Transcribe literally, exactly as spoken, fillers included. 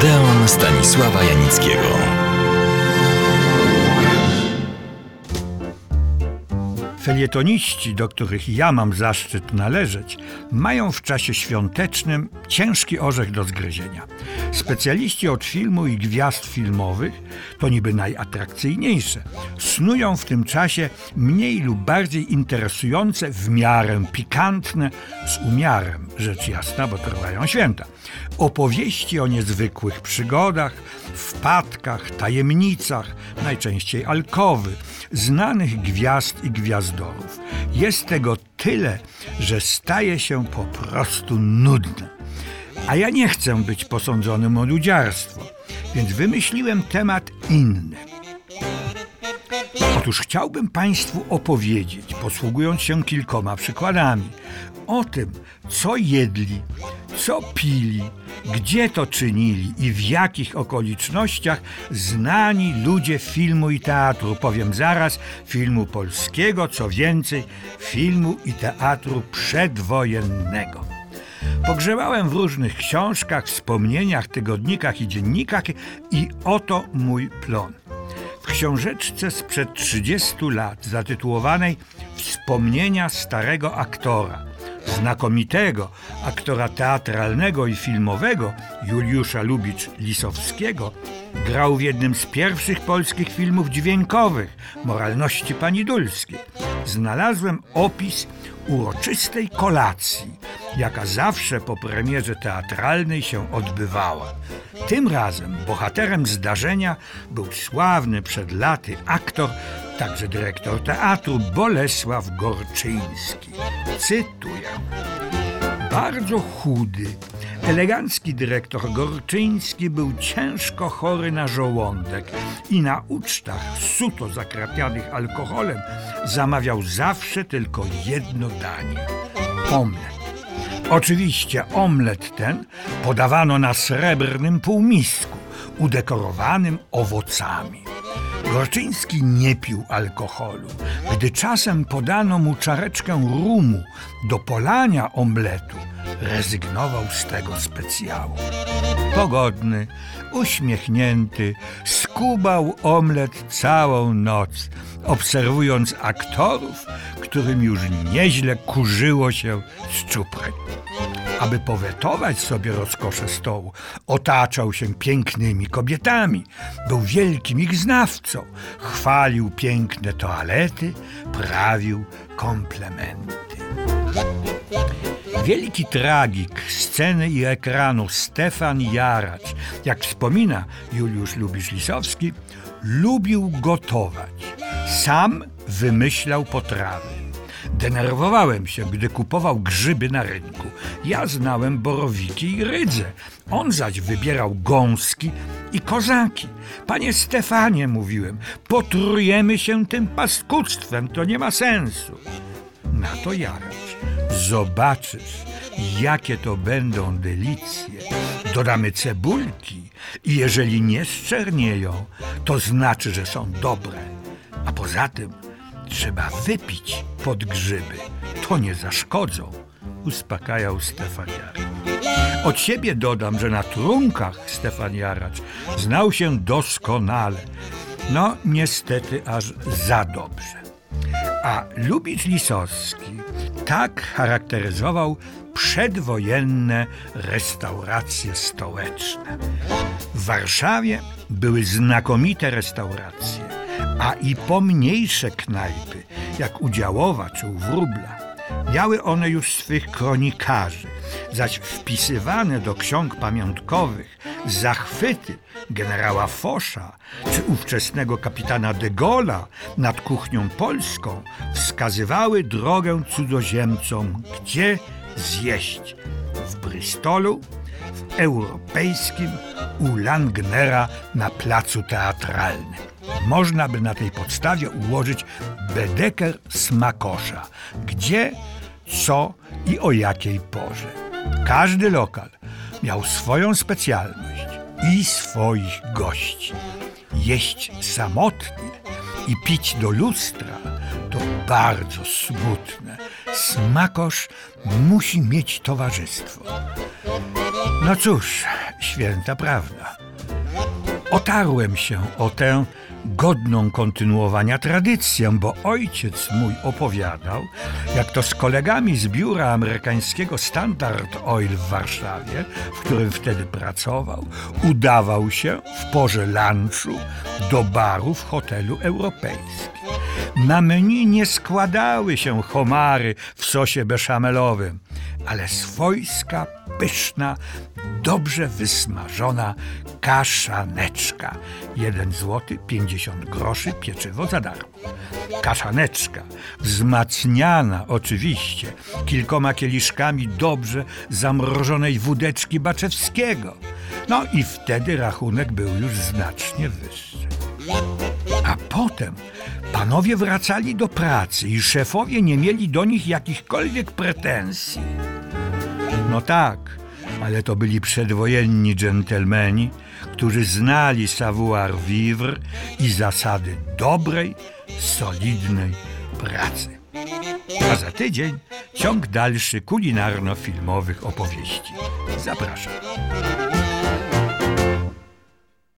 Odeon Stanisława Janickiego. Felietoniści, do których ja mam zaszczyt należeć, mają w czasie świątecznym ciężki orzech do zgryzienia. Specjaliści od filmu i gwiazd filmowych, to niby najatrakcyjniejsze, snują w tym czasie mniej lub bardziej interesujące, w miarę pikantne, z umiarem, rzecz jasna, bo trwają święta, opowieści o niezwykłych przygodach, wpadkach, tajemnicach, najczęściej alkowy, znanych gwiazd i gwiazdorów. Jest tego tyle, że staje się po prostu nudne. A ja nie chcę być posądzonym o ludziarstwo, więc wymyśliłem temat inny. Otóż chciałbym Państwu opowiedzieć, posługując się kilkoma przykładami, o tym, co jedli, co pili, gdzie to czynili i w jakich okolicznościach znani ludzie filmu i teatru, powiem zaraz, filmu polskiego, co więcej, filmu i teatru przedwojennego. Pogrzebałem w różnych książkach, wspomnieniach, tygodnikach i dziennikach i oto mój plon. W książeczce sprzed trzydziestu lat zatytułowanej Wspomnienia starego aktora, znakomitego aktora teatralnego i filmowego Juliusza Lubicz-Lisowskiego, grał w jednym z pierwszych polskich filmów dźwiękowych Moralności pani Dulskiej. Znalazłem opis uroczystej kolacji, jaka zawsze po premierze teatralnej się odbywała. Tym razem bohaterem zdarzenia był sławny przed laty aktor, także dyrektor teatru Bolesław Gorczyński. Cytuję. Bardzo chudy, elegancki dyrektor Gorczyński był ciężko chory na żołądek i na ucztach suto zakrapianych alkoholem zamawiał zawsze tylko jedno danie – omlet. Oczywiście omlet ten podawano na srebrnym półmisku, udekorowanym owocami. Gorczyński nie pił alkoholu. Gdy czasem podano mu czareczkę rumu do polania omletu, rezygnował z tego specjału. Pogodny, uśmiechnięty, skubał omlet całą noc, obserwując aktorów, którym już nieźle kurzyło się z czuprem. Aby powetować sobie rozkosze stołu, otaczał się pięknymi kobietami, był wielkim ich znawcą, chwalił piękne toalety, prawił komplementy. Wielki tragik sceny i ekranu Stefan Jaracz, jak wspomina Juliusz Lubicz-Lisowski, lubił gotować. Sam wymyślał potrawy. Denerwowałem się, gdy kupował grzyby na rynku. Ja znałem borowiki i rydze. On zaś wybierał gąski i kozaki. Panie Stefanie, mówiłem, potrujemy się tym paskudztwem, to nie ma sensu. Na to Jaracz. Zobaczysz, jakie to będą delicje. Dodamy cebulki i jeżeli nie zczernieją, to znaczy, że są dobre. A poza tym trzeba wypić pod grzyby. To nie zaszkodzą, uspokajał Stefan Jaracz. Od siebie dodam, że na trunkach Stefan Jaracz znał się doskonale. No niestety aż za dobrze. A Lubicz-Lisowski tak charakteryzował przedwojenne restauracje stołeczne. W Warszawie były znakomite restauracje, a i pomniejsze knajpy, jak u Działowa czy u Wróbla. Miały one już swych kronikarzy, zaś wpisywane do ksiąg pamiątkowych zachwyty generała Fosza czy ówczesnego kapitana de Gaulle'a nad kuchnią polską wskazywały drogę cudzoziemcom, gdzie zjeść. W Bristolu, w Europejskim, u Langnera na placu teatralnym. Można by na tej podstawie ułożyć bedeker smakosza, gdzie, co i o jakiej porze. Każdy lokal miał swoją specjalność i swoich gości. Jeść samotnie i pić do lustra to bardzo smutne. Smakosz musi mieć towarzystwo. No cóż, święta prawda. Otarłem się o tę godną kontynuowania tradycję, bo ojciec mój opowiadał, jak to z kolegami z biura amerykańskiego Standard Oil w Warszawie, w którym wtedy pracował, udawał się w porze lunchu do baru w hotelu europejskim. Na menu nie składały się homary w sosie beszamelowym, ale swojska, pyszna, dobrze wysmażona kaszaneczka. Jeden złoty pięćdziesiąt groszy pieczywo za darmo. Kaszaneczka, wzmacniana oczywiście kilkoma kieliszkami dobrze zamrożonej wódeczki Baczewskiego. No i wtedy rachunek był już znacznie wyższy. A potem panowie wracali do pracy i szefowie nie mieli do nich jakichkolwiek pretensji. No tak, ale to byli przedwojenni dżentelmeni, którzy znali savoir-vivre i zasady dobrej, solidnej pracy. A za tydzień ciąg dalszy kulinarno-filmowych opowieści. Zapraszam.